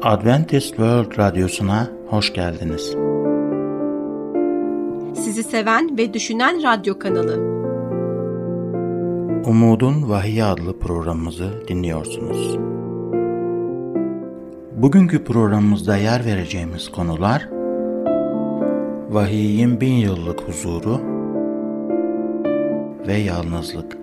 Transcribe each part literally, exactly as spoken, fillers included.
Adventist World Radyosu'na hoş geldiniz. Sizi seven ve düşünen radyo kanalı. Umudun Vahiy adlı programımızı dinliyorsunuz. Bugünkü programımızda yer vereceğimiz konular: Vahiy'in bin yıllık huzuru ve yalnızlık.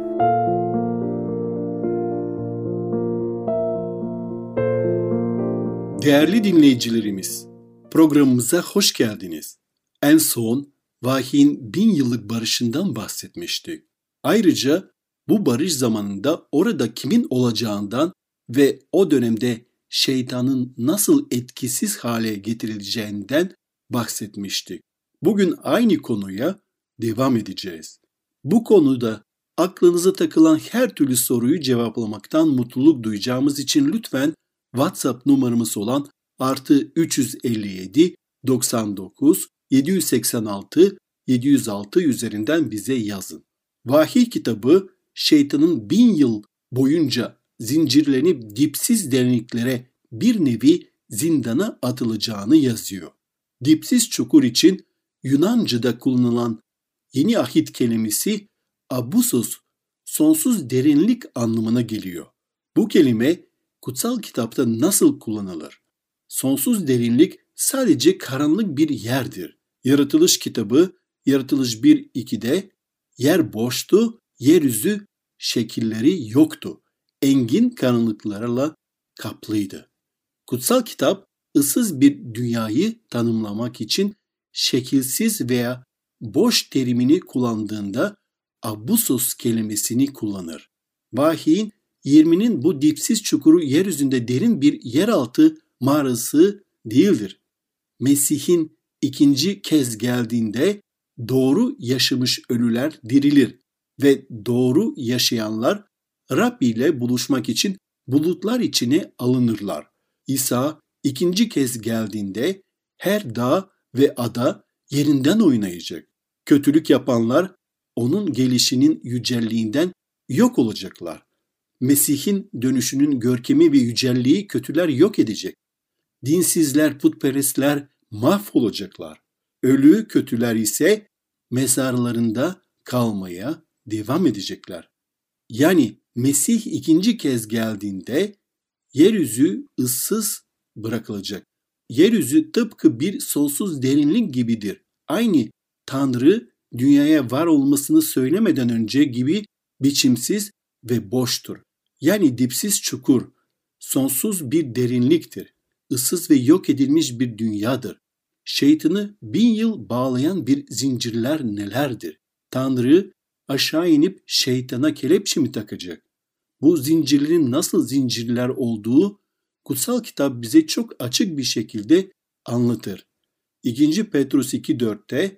Değerli dinleyicilerimiz, programımıza hoş geldiniz. En son Vahiy'in bin yıllık barışından bahsetmiştik. Ayrıca bu barış zamanında orada kimin olacağından ve o dönemde şeytanın nasıl etkisiz hale getirileceğinden bahsetmiştik. Bugün aynı konuya devam edeceğiz. Bu konuda aklınıza takılan her türlü soruyu cevaplamaktan mutluluk duyacağımız için lütfen WhatsApp numaramız olan artı üç yüz elli yedi doksan dokuz yedi yüz seksen altı yedi yüz altı üzerinden bize yazın. Vahiy kitabı şeytanın bin yıl boyunca zincirlenip dipsiz derinliklere bir nevi zindana atılacağını yazıyor. Dipsiz çukur için Yunanca'da kullanılan Yeni Ahit kelimesi abusos, sonsuz derinlik anlamına geliyor. Bu kelime kutsal kitapta nasıl kullanılır? Sonsuz derinlik sadece karanlık bir yerdir. Yaratılış kitabı Yaratılış bir ikide yer boştu, yeryüzü şekilleri yoktu. Engin karanlıklarla kaplıydı. Kutsal kitap ıssız bir dünyayı tanımlamak için şekilsiz veya boş terimini kullandığında abusos kelimesini kullanır. Vahiy'in yirminin bu dipsiz çukuru yeryüzünde derin bir yeraltı mağarası değildir. Mesih'in ikinci kez geldiğinde doğru yaşamış ölüler dirilir ve doğru yaşayanlar Rabbi ile buluşmak için bulutlar içine alınırlar. İsa ikinci kez geldiğinde her dağ ve ada yerinden oynayacak. Kötülük yapanlar onun gelişinin yücelliğinden yok olacaklar. Mesih'in dönüşünün görkemi ve yücelliği kötüler yok edecek. Dinsizler, putperestler mahvolacaklar. Ölü kötüler ise mezarlarında kalmaya devam edecekler. Yani Mesih ikinci kez geldiğinde yeryüzü ıssız bırakılacak. Yeryüzü tıpkı bir sonsuz derinlik gibidir. Aynı Tanrı dünyaya var olmasını söylemeden önce gibi biçimsiz ve boştur. Yani dipsiz çukur, sonsuz bir derinliktir. Issız ve yok edilmiş bir dünyadır. Şeytanı bin yıl bağlayan bir zincirler nelerdir? Tanrı aşağı inip şeytana kelepçe mi takacak? Bu zincirlerin nasıl zincirler olduğu kutsal kitap bize çok açık bir şekilde anlatır. ikinci Petrus iki dörtte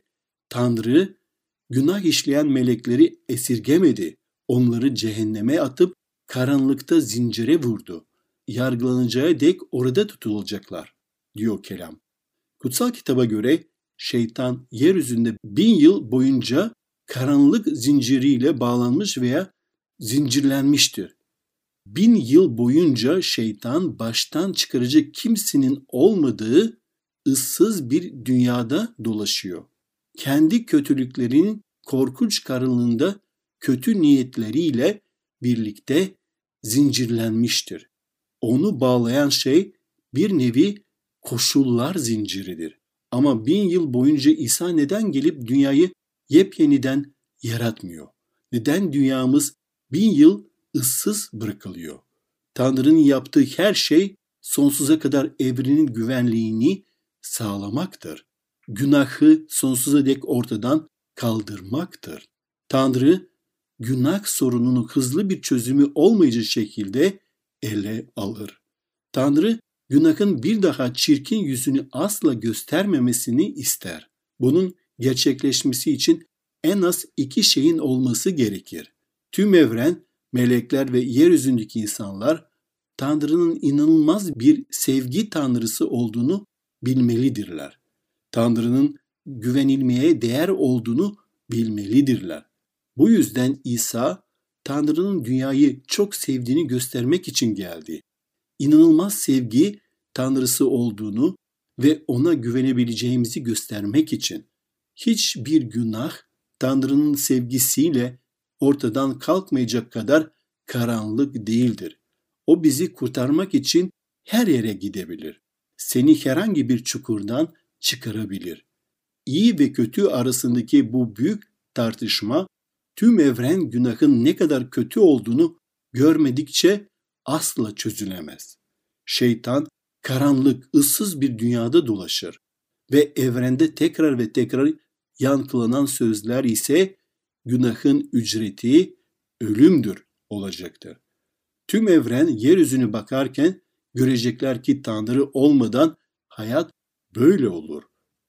Tanrı günah işleyen melekleri esirgemedi. Onları cehenneme atıp karanlıkta zincire vurdu. Yargılanacağı dek orada tutulacaklar, diyor kelam. Kutsal kitaba göre şeytan yeryüzünde bin yıl boyunca karanlık zinciriyle bağlanmış veya zincirlenmiştir. Bin yıl boyunca şeytan baştan çıkaracak kimsenin olmadığı ıssız bir dünyada dolaşıyor. Kendi kötülüklerinin korkunç karanlığında kötü niyetleriyle birlikte zincirlenmiştir. Onu bağlayan şey bir nevi koşullar zinciridir. Ama bin yıl boyunca İsa neden gelip dünyayı yepyeniden yaratmıyor? Neden dünyamız bin yıl ıssız bırakılıyor? Tanrı'nın yaptığı her şey sonsuza kadar evrenin güvenliğini sağlamaktır. Günahı sonsuza dek ortadan kaldırmaktır. Tanrı günah sorununu hızlı bir çözümü olmayacak şekilde ele alır. Tanrı günahın bir daha çirkin yüzünü asla göstermemesini ister. Bunun gerçekleşmesi için en az iki şeyin olması gerekir. Tüm evren, melekler ve yeryüzündeki insanlar Tanrı'nın inanılmaz bir sevgi tanrısı olduğunu bilmelidirler. Tanrı'nın güvenilmeye değer olduğunu bilmelidirler. Bu yüzden İsa, Tanrı'nın dünyayı çok sevdiğini göstermek için geldi. İnanılmaz sevgi Tanrısı olduğunu ve ona güvenebileceğimizi göstermek için. Hiçbir günah Tanrı'nın sevgisiyle ortadan kalkmayacak kadar karanlık değildir. O bizi kurtarmak için her yere gidebilir. Seni herhangi bir çukurdan çıkarabilir. İyi ve kötü arasındaki bu büyük tartışma tüm evren günahın ne kadar kötü olduğunu görmedikçe asla çözülemez. Şeytan karanlık, ıssız bir dünyada dolaşır ve evrende tekrar ve tekrar yankılanan sözler ise günahın ücreti ölümdür olacaktır. Tüm evren yeryüzüne bakarken görecekler ki Tanrı olmadan hayat böyle olur.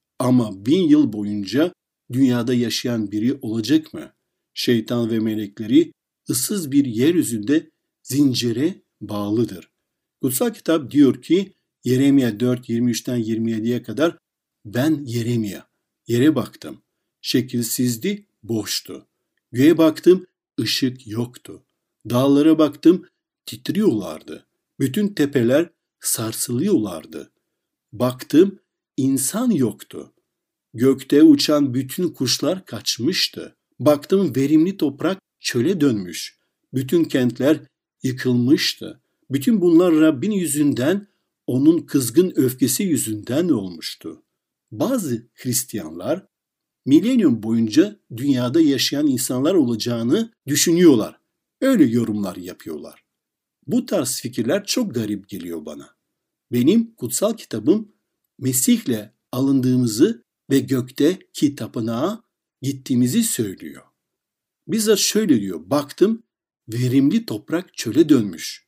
Ama bin yıl boyunca dünyada yaşayan biri olacak mı? Şeytan ve melekleri ıssız bir yeryüzünde zincire bağlıdır. Kutsal kitap diyor ki Yeremia dört yirmi üçten yirmi yediye kadar ben Yeremia yere baktım. Şekilsizdi, boştu. Göğe baktım, ışık yoktu. Dağlara baktım, titriyorlardı. Bütün tepeler sarsılıyorlardı. Baktım, insan yoktu. Gökte uçan bütün kuşlar kaçmıştı. Baktım verimli toprak çöle dönmüş. Bütün kentler yıkılmıştı. Bütün bunlar Rabbin yüzünden, onun kızgın öfkesi yüzünden olmuştu. Bazı Hristiyanlar milenyum boyunca dünyada yaşayan insanlar olacağını düşünüyorlar. Öyle yorumlar yapıyorlar. Bu tarz fikirler çok garip geliyor bana. Benim kutsal kitabım Mesih'le alındığımızı ve gökteki tapınağa gittiğimizi söylüyor. Bizzat şöyle diyor, baktım verimli toprak çöle dönmüş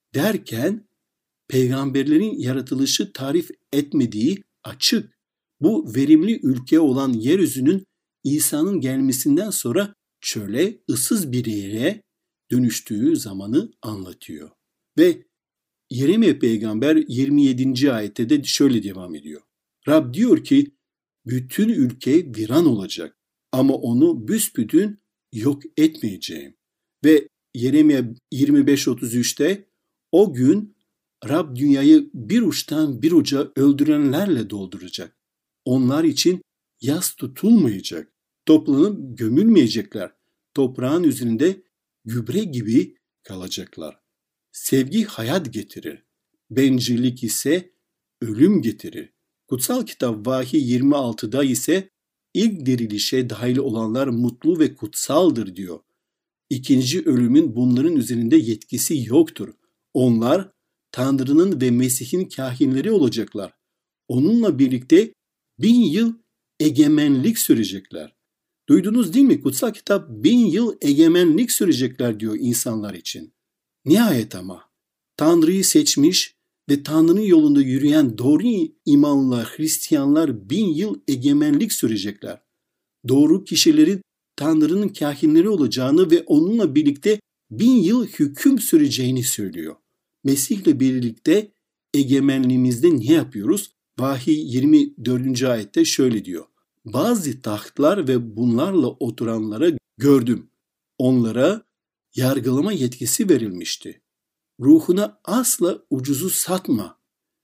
derken peygamberlerin yaratılışı tarif etmediği açık. Bu verimli ülke olan yeryüzünün İsa'nın gelmesinden sonra çöle, ıssız bir yere dönüştüğü zamanı anlatıyor. Ve Yeremia peygamber yirmi yedinci ayette de şöyle devam ediyor. Rab diyor ki bütün ülke viran olacak ama onu büsbütün yok etmeyeceğim. Ve Yeremia yirmi beş otuz üçte o gün Rab dünyayı bir uçtan bir uca öldürenlerle dolduracak. Onlar için yas tutulmayacak. Toplanıp gömülmeyecekler. Toprağın üzerinde gübre gibi kalacaklar. Sevgi hayat getirir. Bencillik ise ölüm getirir. Kutsal kitap Vahiy yirmi altıda ise ilk dirilişe dahil olanlar mutlu ve kutsaldır diyor. İkinci ölümün bunların üzerinde yetkisi yoktur. Onlar Tanrı'nın ve Mesih'in kahinleri olacaklar. Onunla birlikte bin yıl egemenlik sürecekler. Duydunuz değil mi? Kutsal kitap bin yıl egemenlik sürecekler diyor insanlar için. Nihayet ama Tanrı'yı seçmiş ve Tanrı'nın yolunda yürüyen doğru imanlı Hristiyanlar bin yıl egemenlik sürecekler. Doğru kişilerin Tanrı'nın kahinleri olacağını ve onunla birlikte bin yıl hüküm süreceğini söylüyor. Mesih'le birlikte egemenliğimizde ne yapıyoruz? Vahiy yirmi dördüncü ayette şöyle diyor. Bazı tahtlar ve bunlarla oturanlara gördüm. Onlara yargılama yetkisi verilmişti. Ruhuna asla ucuzu satma.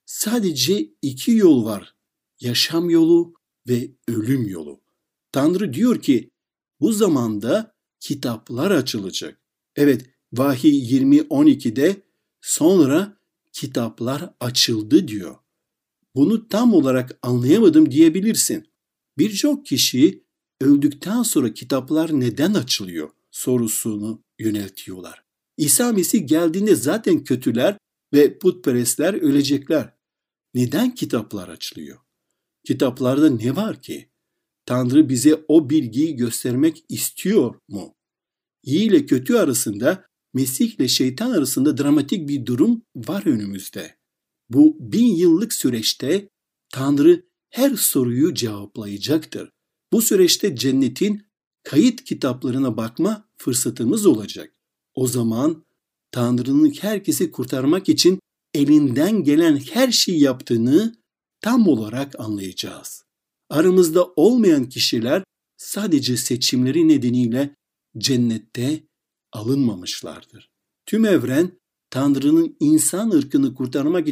Sadece iki yol var. Yaşam yolu ve ölüm yolu. Tanrı diyor ki bu zamanda kitaplar açılacak. Evet, Vahiy yirmi on ikide sonra kitaplar açıldı diyor. Bunu tam olarak anlayamadım diyebilirsin. Birçok kişi öldükten sonra kitaplar neden açılıyor sorusunu yöneltiyorlar. İsa Mesih geldiğinde zaten kötüler ve putperestler ölecekler. Neden kitaplar açılıyor? Kitaplarda ne var ki? Tanrı bize o bilgiyi göstermek istiyor mu? İyi ile kötü arasında, Mesih ile şeytan arasında dramatik bir durum var önümüzde. Bu bin yıllık süreçte Tanrı her soruyu cevaplayacaktır. Bu süreçte cennetin kayıt kitaplarına bakma fırsatımız olacak. O zaman Tanrı'nın herkesi kurtarmak için elinden gelen her şeyi yaptığını tam olarak anlayacağız. Aramızda olmayan kişiler sadece seçimleri nedeniyle cennette alınmamışlardır. Tüm evren Tanrı'nın insan ırkını kurtarmak için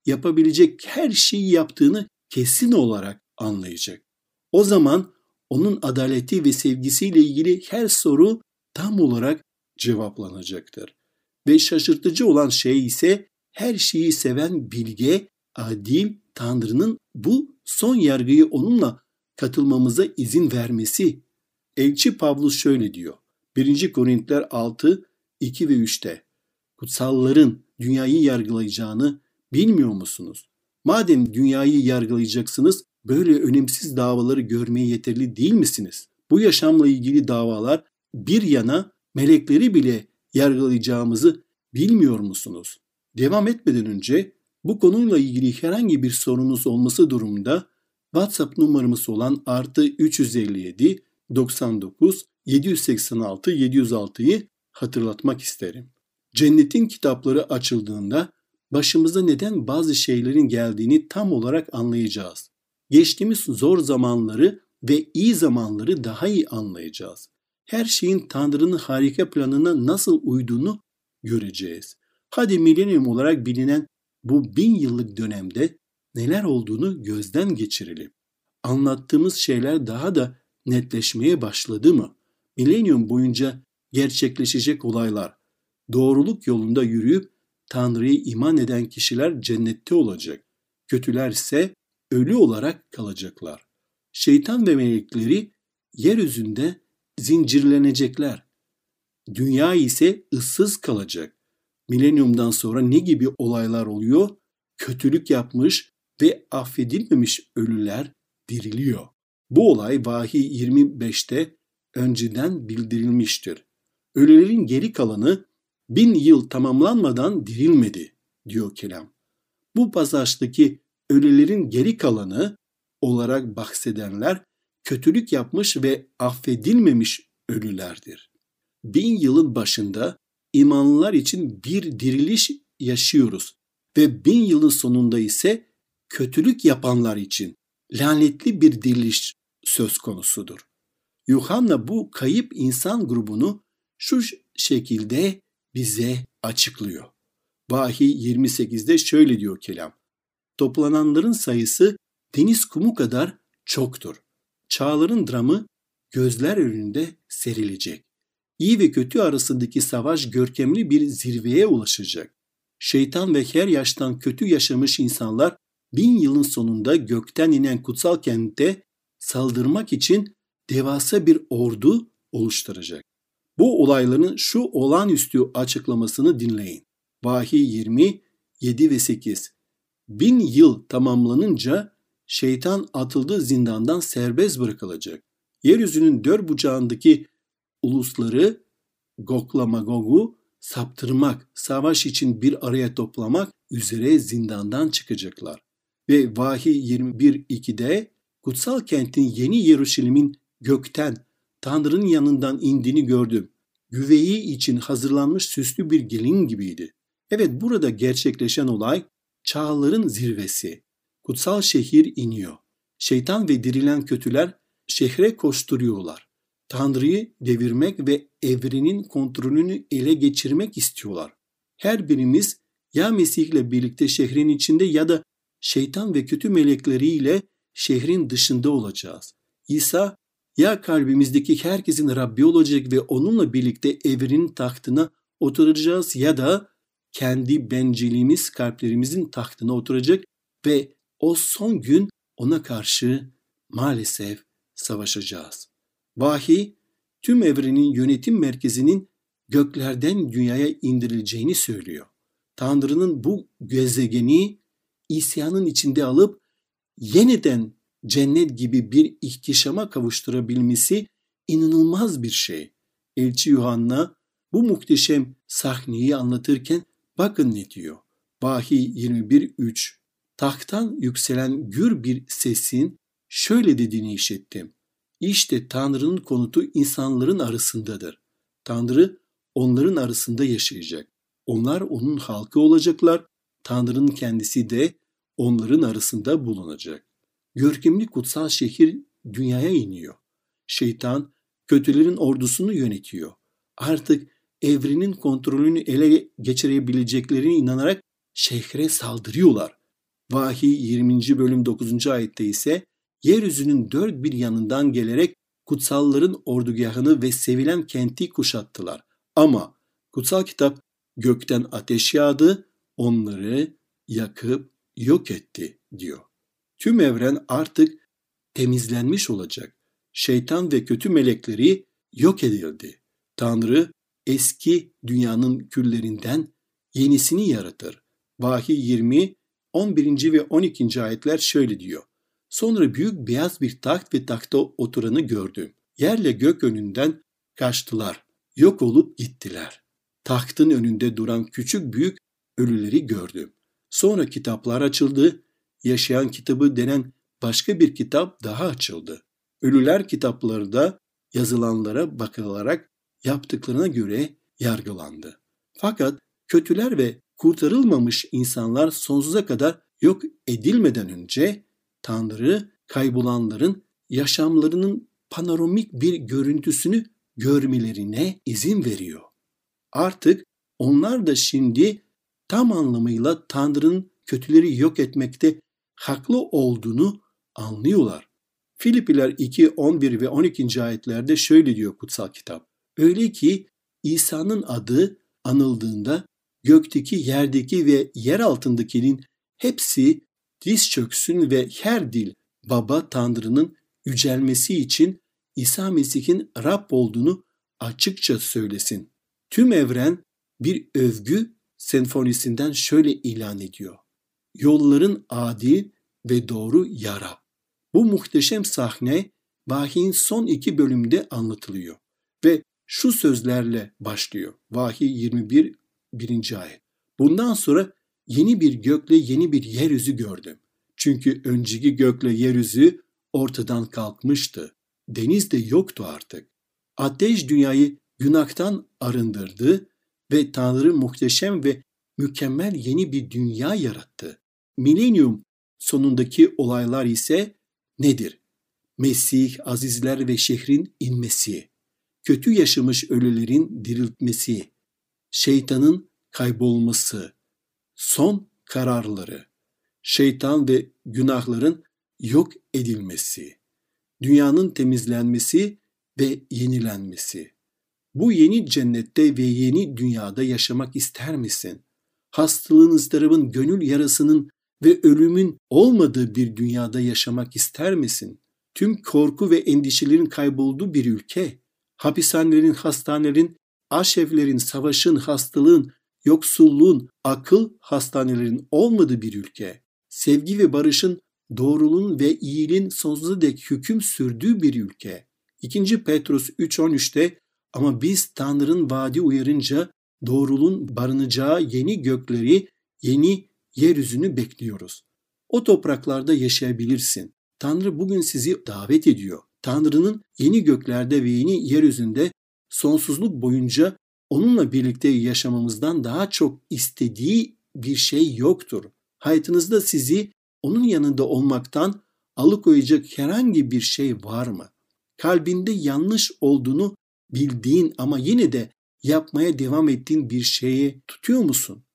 yapabilecek her şeyi yaptığını kesin olarak anlayacak. O zaman onun adaleti ve sevgisiyle ilgili her soru tam olarak cevaplanacaktır. Ve şaşırtıcı olan şey ise her şeyi seven bilge, adil Tanrı'nın bu son yargıyı onunla katılmamıza izin vermesi. Elçi Pavlus şöyle diyor. birinci Korintiler altı, iki ve üçte. Kutsalların dünyayı yargılayacağını bilmiyor musunuz? Madem dünyayı yargılayacaksınız, böyle önemsiz davaları görmeye yeterli değil misiniz? Bu yaşamla ilgili davalar bir yana melekleri bile yargılayacağımızı bilmiyor musunuz? Devam etmeden önce bu konuyla ilgili herhangi bir sorunuz olması durumunda WhatsApp numaramız olan artı üç yüz elli yedi doksan dokuz yedi yüz seksen altı yedi yüz altı'yı hatırlatmak isterim. Cennetin kitapları açıldığında başımıza neden bazı şeylerin geldiğini tam olarak anlayacağız. Geçtiğimiz zor zamanları ve iyi zamanları daha iyi anlayacağız. Her şeyin Tanrı'nın harika planına nasıl uyduğunu göreceğiz. Hadi milenyum olarak bilinen bu bin yıllık dönemde neler olduğunu gözden geçirelim. Anlattığımız şeyler daha da netleşmeye başladı mı? Milenyum boyunca gerçekleşecek olaylar, doğruluk yolunda yürüyüp Tanrı'ya iman eden kişiler cennette olacak. Kötüler ise ölü olarak kalacaklar. Şeytan ve melekleri yeryüzünde zincirlenecekler. Dünya ise ıssız kalacak. Milenyumdan sonra ne gibi olaylar oluyor? Kötülük yapmış ve affedilmemiş ölüler diriliyor. Bu olay Vahiy yirmi beşte önceden bildirilmiştir. Ölülerin geri kalanı bin yıl tamamlanmadan dirilmedi diyor kelam. Bu pasajdaki ölülerin geri kalanı olarak bahsedenler kötülük yapmış ve affedilmemiş ölülerdir. Bin yılın başında imanlılar için bir diriliş yaşıyoruz ve bin yılın sonunda ise kötülük yapanlar için lanetli bir diriliş söz konusudur. Yuhanna bu kayıp insan grubunu şu şekilde bize açıklıyor. Vahiy yirmi sekizde şöyle diyor kelam. Toplananların sayısı deniz kumu kadar çoktur. Çağların dramı gözler önünde serilecek. İyi ve kötü arasındaki savaş görkemli bir zirveye ulaşacak. Şeytan ve her yaştan kötü yaşamış insanlar bin yılın sonunda gökten inen kutsal kente saldırmak için devasa bir ordu oluşturacak. Bu olayların şu olağanüstü açıklamasını dinleyin. Vahiy yirmi yedi ve sekiz. Bin yıl tamamlanınca şeytan atıldığı zindandan serbest bırakılacak. Yeryüzünün dört bucağındaki ulusları Gog'la Magog'u saptırmak, savaş için bir araya toplamak üzere zindandan çıkacaklar. Ve Vahiy yirmi bir iki'de kutsal kentin Yeni Yeruşalim'in gökten Tanrı'nın yanından indiğini gördüm. Güveyi için hazırlanmış süslü bir gelin gibiydi. Evet, burada gerçekleşen olay çağların zirvesi. Kutsal şehir iniyor. Şeytan ve dirilen kötüler şehre koşturuyorlar. Tanrı'yı devirmek ve evrenin kontrolünü ele geçirmek istiyorlar. Her birimiz ya Mesih'le birlikte şehrin içinde ya da şeytan ve kötü melekleriyle şehrin dışında olacağız. İsa ya kalbimizdeki herkesin Rabbi olacak ve onunla birlikte evrenin tahtına oturacağız ya da kendi bencilliğimiz kalplerimizin tahtına oturacak ve o son gün ona karşı maalesef savaşacağız. Vahiy, tüm evrenin yönetim merkezinin göklerden dünyaya indirileceğini söylüyor. Tanrı'nın bu gezegeni isyanın içinde alıp yeniden cennet gibi bir ihtişama kavuşturabilmesi inanılmaz bir şey. Elçi Yuhanna bu muhteşem sahneyi anlatırken bakın ne diyor. Vahiy yirmi bir üç. Tahttan yükselen gür bir sesin şöyle dediğini işittim. İşte Tanrı'nın konutu insanların arasındadır. Tanrı onların arasında yaşayacak. Onlar onun halkı olacaklar. Tanrı'nın kendisi de onların arasında bulunacak. Görkemli kutsal şehir dünyaya iniyor. Şeytan kötülerin ordusunu yönetiyor. Artık evrenin kontrolünü ele geçirebileceklerine inanarak şehre saldırıyorlar. Vahiy yirminci bölüm dokuzuncu ayette ise yeryüzünün dört bir yanından gelerek kutsalların ordugahını ve sevilen kenti kuşattılar. Ama kutsal kitap gökten ateş yağdı, onları yakıp yok etti diyor. Tüm evren artık temizlenmiş olacak. Şeytan ve kötü melekleri yok edildi. Tanrı eski dünyanın küllerinden yenisini yaratır. Vahiy yirmi, on birinci ve on ikinci ayetler şöyle diyor. Sonra büyük beyaz bir taht ve tahtta oturanı gördüm. Yerle gök önünden kaçtılar. Yok olup gittiler. Tahtın önünde duran küçük büyük ölüleri gördüm. Sonra kitaplar açıldı. Yaşayan kitabı denen başka bir kitap daha açıldı. Ölüler kitaplarda yazılanlara bakılarak yaptıklarına göre yargılandı. Fakat kötüler ve kurtarılmamış insanlar sonsuza kadar yok edilmeden önce Tanrı kaybolanların yaşamlarının panoramik bir görüntüsünü görmelerine izin veriyor. Artık onlar da şimdi tam anlamıyla Tanrı'nın kötüleri yok etmekte haklı olduğunu anlıyorlar. Filipiler iki, on bir ve on ikinci ayetlerde şöyle diyor kutsal kitap. Öyle ki İsa'nın adı anıldığında gökteki, yerdeki ve yer altındakinin hepsi diz çöksün ve her dil Baba Tanrı'nın yücelmesi için İsa Mesih'in Rab olduğunu açıkça söylesin. Tüm evren bir övgü senfonisinden şöyle ilan ediyor. Yolların adil ve doğru ya Rab. Bu muhteşem sahne Vahiy'in son iki bölümde anlatılıyor ve şu sözlerle başlıyor. Vahiy yirmi bir, birinci ayet. Bundan sonra yeni bir gökle yeni bir yeryüzü gördüm. Çünkü önceki gökle yeryüzü ortadan kalkmıştı. Deniz de yoktu artık. Ateş dünyayı günahtan arındırdı ve Tanrı muhteşem ve mükemmel yeni bir dünya yarattı. Milenyum sonundaki olaylar ise nedir? Mesih, azizler ve şehrin inmesi, kötü yaşamış ölülerin diriltmesi, şeytanın kaybolması, son kararları, şeytan ve günahların yok edilmesi, dünyanın temizlenmesi ve yenilenmesi. Bu yeni cennette ve yeni dünyada yaşamak ister misin? Hastalığın, ızdırabın, gönül yarasının ve ölümün olmadığı bir dünyada yaşamak ister misin? Tüm korku ve endişelerin kaybolduğu bir ülke, hapishanelerin, hastanelerin, aşevlerin, savaşın, hastalığın, yoksulluğun, akıl hastanelerin olmadığı bir ülke, sevgi ve barışın, doğruluğun ve iyiliğin sonsuza dek hüküm sürdüğü bir ülke. ikinci Petrus üç on üçte ama biz Tanrı'nın vaadi uyarınca doğruluğun barınacağı yeni gökleri, yeni yeryüzünü bekliyoruz. O topraklarda yaşayabilirsin. Tanrı bugün sizi davet ediyor. Tanrı'nın yeni göklerde ve yeni yeryüzünde sonsuzluk boyunca onunla birlikte yaşamamızdan daha çok istediği bir şey yoktur. Hayatınızda sizi onun yanında olmaktan alıkoyacak herhangi bir şey var mı? Kalbinde yanlış olduğunu bildiğin ama yine de yapmaya devam ettiğin bir şeye tutuyor musun?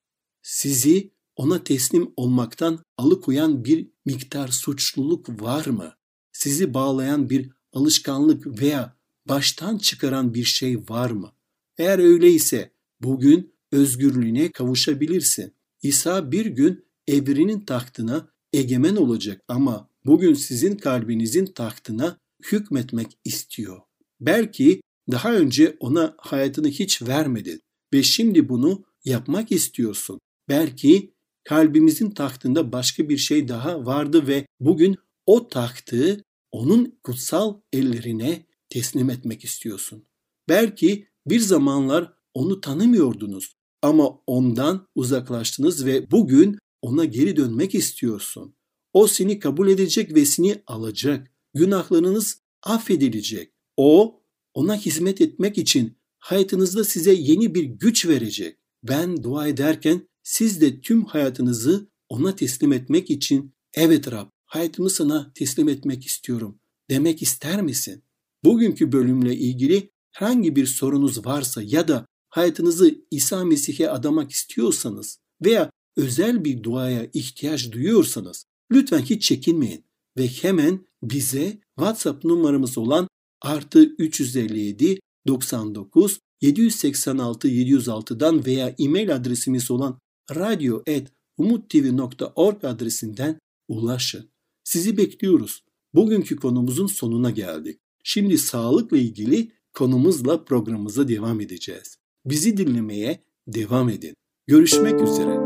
Sizi ona teslim olmaktan alıkoyan bir miktar suçluluk var mı? Sizi bağlayan bir alışkanlık veya baştan çıkaran bir şey var mı? Eğer öyleyse bugün özgürlüğüne kavuşabilirsin. İsa bir gün evrenin tahtına egemen olacak ama bugün sizin kalbinizin tahtına hükmetmek istiyor. Belki daha önce ona hayatını hiç vermedin ve şimdi bunu yapmak istiyorsun. Belki kalbimizin tahtında başka bir şey daha vardı ve bugün o tahtı onun kutsal ellerine teslim etmek istiyorsun. Belki bir zamanlar onu tanımıyordunuz ama ondan uzaklaştınız ve bugün ona geri dönmek istiyorsun. O seni kabul edecek ve seni alacak. Günahlarınız affedilecek. O, ona hizmet etmek için hayatınızda size yeni bir güç verecek. Ben dua ederken siz de tüm hayatınızı ona teslim etmek için evet Rab, hayatımı sana teslim etmek istiyorum demek ister misin? Bugünkü bölümle ilgili herhangi bir sorunuz varsa ya da hayatınızı İsa Mesih'e adamak istiyorsanız veya özel bir duaya ihtiyaç duyuyorsanız lütfen hiç çekinmeyin ve hemen bize WhatsApp numaramız olan artı üç yüz elli yedi doksan dokuz yedi yüz seksen altı yedi yüz altıdan veya e-mail adresimiz olan radyo et umuttv nokta org adresinden ulaşın. Sizi bekliyoruz. Bugünkü konumuzun sonuna geldik. Şimdi sağlıkla ilgili konumuzla programımıza devam edeceğiz. Bizi dinlemeye devam edin. Görüşmek üzere.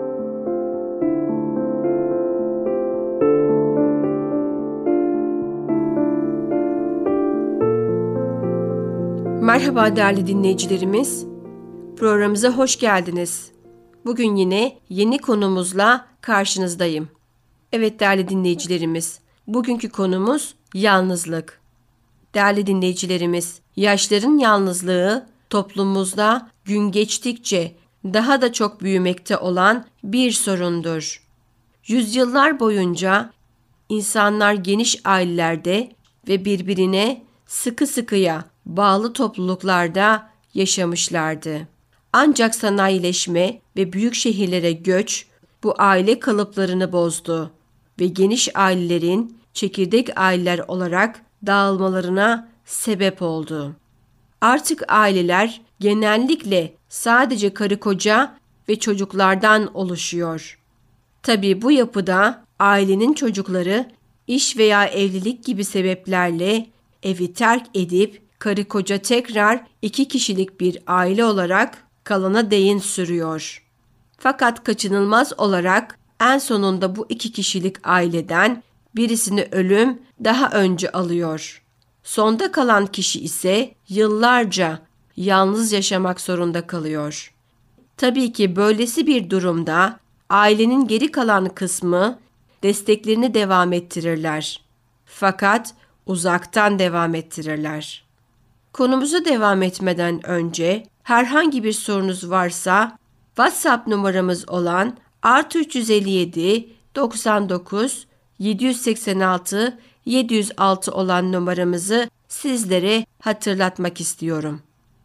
Merhaba değerli dinleyicilerimiz. Programımıza hoş geldiniz. Bugün yine yeni konumuzla karşınızdayım. Evet değerli dinleyicilerimiz, bugünkü konumuz yalnızlık. Değerli dinleyicilerimiz, yaşların yalnızlığı toplumumuzda gün geçtikçe daha da çok büyümekte olan bir sorundur. Yüzyıllar boyunca insanlar geniş ailelerde ve birbirine sıkı sıkıya bağlı topluluklarda yaşamışlardı. Ancak sanayileşme ve büyük şehirlere göç bu aile kalıplarını bozdu ve geniş ailelerin çekirdek aileler olarak dağılmalarına sebep oldu. Artık aileler genellikle sadece karı koca ve çocuklardan oluşuyor. Tabii bu yapıda ailenin çocukları iş veya evlilik gibi sebeplerle evi terk edip karı koca tekrar iki kişilik bir aile olarak kalana değin sürüyor. Fakat kaçınılmaz olarak en sonunda bu iki kişilik aileden birisini ölüm daha önce alıyor. Sonda kalan kişi ise yıllarca yalnız yaşamak zorunda kalıyor. Tabii ki böylesi bir durumda ailenin geri kalan kısmı desteklerini devam ettirirler. Fakat uzaktan devam ettirirler. Konumuza devam etmeden önce herhangi bir sorunuz varsa WhatsApp numaramız olan artı üç yüz elli yedi doksan dokuz yedi yüz seksen altı yedi yüz altı olan numaramızı sizlere hatırlatmak istiyorum.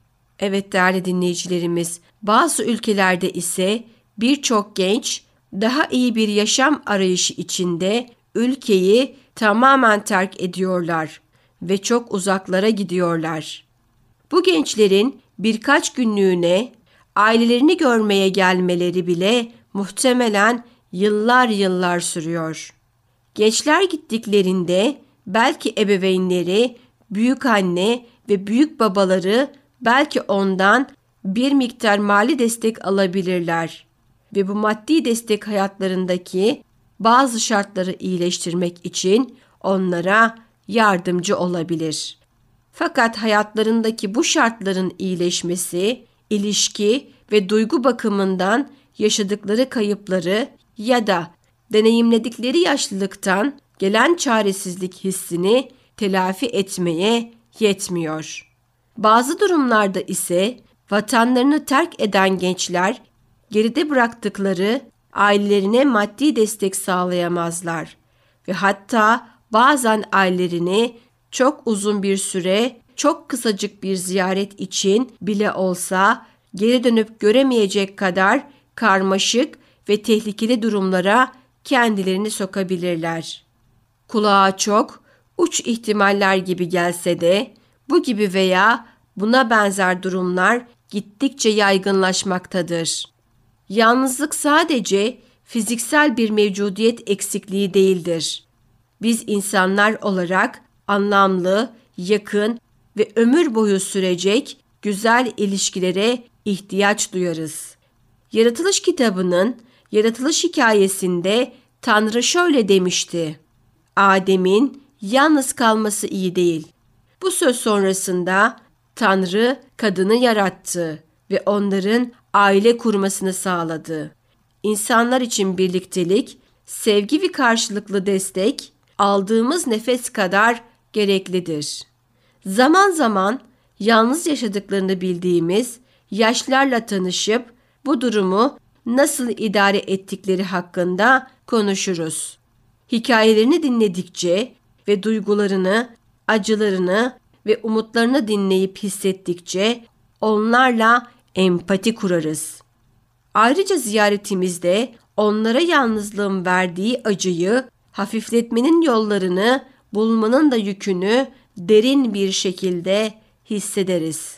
Evet değerli dinleyicilerimiz, bazı ülkelerde ise birçok genç daha iyi bir yaşam arayışı içinde ülkeyi tamamen terk ediyorlar ve çok uzaklara gidiyorlar. Bu gençlerin birkaç günlüğüne ailelerini görmeye gelmeleri bile muhtemelen yıllar yıllar sürüyor. Gençler gittiklerinde belki ebeveynleri, büyükanne ve büyük babaları belki ondan bir miktar mali destek alabilirler ve bu maddi destek hayatlarındaki bazı şartları iyileştirmek için onlara yardımcı olabilir. Fakat hayatlarındaki bu şartların iyileşmesi, ilişki ve duygu bakımından yaşadıkları kayıpları ya da deneyimledikleri yaşlılıktan gelen çaresizlik hissini telafi etmeye yetmiyor. Bazı durumlarda ise vatanlarını terk eden gençler geride bıraktıkları ailelerine maddi destek sağlayamazlar ve hatta bazen ailelerini çok uzun bir süre, çok kısacık bir ziyaret için bile olsa geri dönüp göremeyecek kadar karmaşık ve tehlikeli durumlara kendilerini sokabilirler. Kulağa çok uç ihtimaller gibi gelse de bu gibi veya buna benzer durumlar gittikçe yaygınlaşmaktadır. Yalnızlık sadece fiziksel bir mevcudiyet eksikliği değildir. Biz insanlar olarak anlamlı, yakın ve ömür boyu sürecek güzel ilişkilere ihtiyaç duyarız. Yaratılış kitabının yaratılış hikayesinde Tanrı şöyle demişti: Adem'in yalnız kalması iyi değil. Bu söz sonrasında Tanrı kadını yarattı ve onların aile kurmasını sağladı. İnsanlar için birliktelik, sevgi ve karşılıklı destek aldığımız nefes kadar gereklidir. Zaman zaman yalnız yaşadıklarını bildiğimiz yaşlılarla tanışıp bu durumu nasıl idare ettikleri hakkında konuşuruz. Hikayelerini dinledikçe ve duygularını, acılarını ve umutlarını dinleyip hissettikçe onlarla empati kurarız. Ayrıca ziyaretimizde onlara yalnızlığın verdiği acıyı hafifletmenin yollarını bulmanın da yükünü derin bir şekilde hissederiz.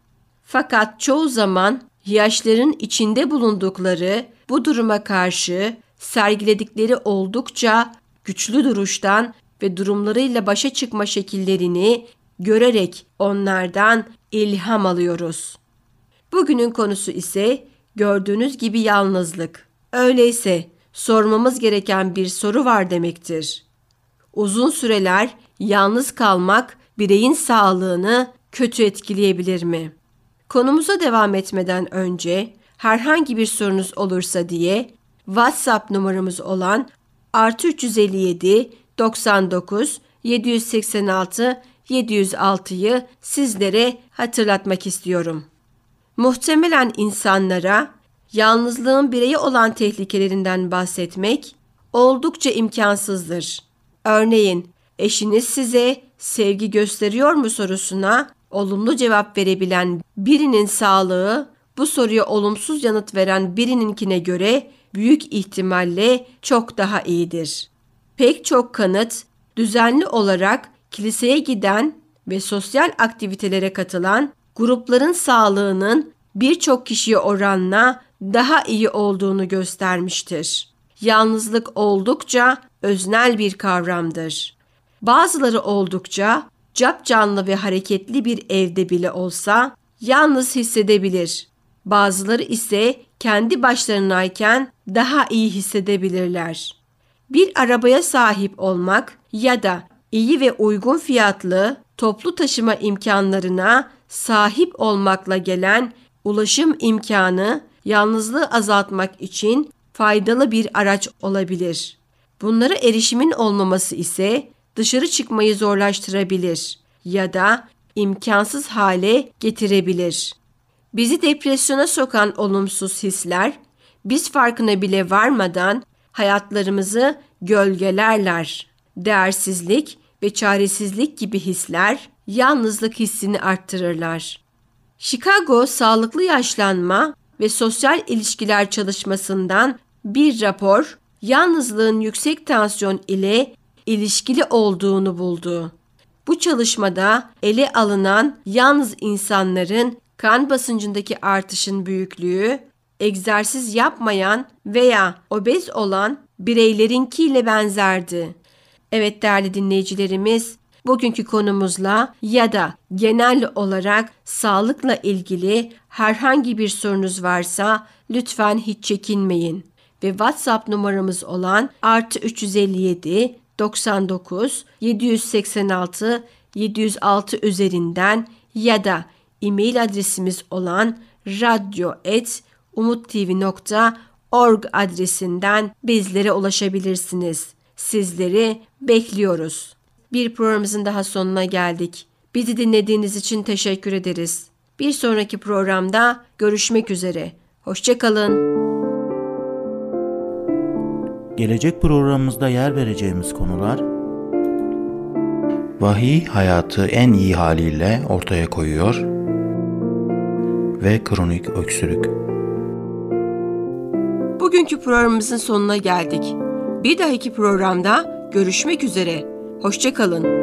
Fakat çoğu zaman yaşların içinde bulundukları bu duruma karşı sergiledikleri oldukça güçlü duruştan ve durumlarıyla başa çıkma şekillerini görerek onlardan ilham alıyoruz. Bugünün konusu ise gördüğünüz gibi yalnızlık. Öyleyse sormamız gereken bir soru var demektir. Uzun süreler yalnız kalmak bireyin sağlığını kötü etkileyebilir mi? Konumuza devam etmeden önce herhangi bir sorunuz olursa diye WhatsApp numaramız olan artı üç yüz elli yedi doksan dokuz yedi yüz seksen altı yedi yüz altıyı sizlere hatırlatmak istiyorum. Muhtemelen insanlara yalnızlığın bireye olan tehlikelerinden bahsetmek oldukça imkansızdır. Örneğin eşiniz size sevgi gösteriyor mu sorusuna olumlu cevap verebilen birinin sağlığı bu soruya olumsuz yanıt veren birininkine göre büyük ihtimalle çok daha iyidir. Pek çok kanıt düzenli olarak kiliseye giden ve sosyal aktivitelere katılan grupların sağlığının birçok kişiye oranla daha iyi olduğunu göstermiştir. Yalnızlık oldukça öznel bir kavramdır. Bazıları oldukça capcanlı ve hareketli bir evde bile olsa yalnız hissedebilir. Bazıları ise kendi başlarınayken daha iyi hissedebilirler. Bir arabaya sahip olmak ya da iyi ve uygun fiyatlı toplu taşıma imkanlarına sahip olmakla gelen ulaşım imkanı yalnızlığı azaltmak için faydalı bir araç olabilir. Bunlara erişimin olmaması ise dışarı çıkmayı zorlaştırabilir ya da imkansız hale getirebilir. Bizi depresyona sokan olumsuz hisler, biz farkına bile varmadan hayatlarımızı gölgelerler. Değersizlik ve çaresizlik gibi hisler yalnızlık hissini arttırırlar. Chicago Sağlıklı Yaşlanma ve Sosyal İlişkiler Çalışmasından bir rapor, yalnızlığın yüksek tansiyon ile ilişkili olduğunu buldu. Bu çalışmada ele alınan yalnız insanların kan basıncındaki artışın büyüklüğü, egzersiz yapmayan veya obez olan bireylerinkiyle benzerdi. Evet değerli dinleyicilerimiz, bugünkü konumuzla ya da genel olarak sağlıkla ilgili herhangi bir sorunuz varsa lütfen hiç çekinmeyin. Ve WhatsApp numaramız olan artı üç yüz elli yedi doksan dokuz yedi yüz seksen altı yedi yüz altı üzerinden ya da e-mail adresimiz olan radyo et umuttv nokta org adresinden bizlere ulaşabilirsiniz. Sizleri bekliyoruz. Bir programımızın daha sonuna geldik. Bizi dinlediğiniz için teşekkür ederiz. Bir sonraki programda görüşmek üzere. Hoşça kalın. Gelecek programımızda yer vereceğimiz konular: vahiy hayatı en iyi haliyle ortaya koyuyor ve kronik öksürük. Bugünkü programımızın sonuna geldik. Bir dahaki programda görüşmek üzere. Hoşça kalın.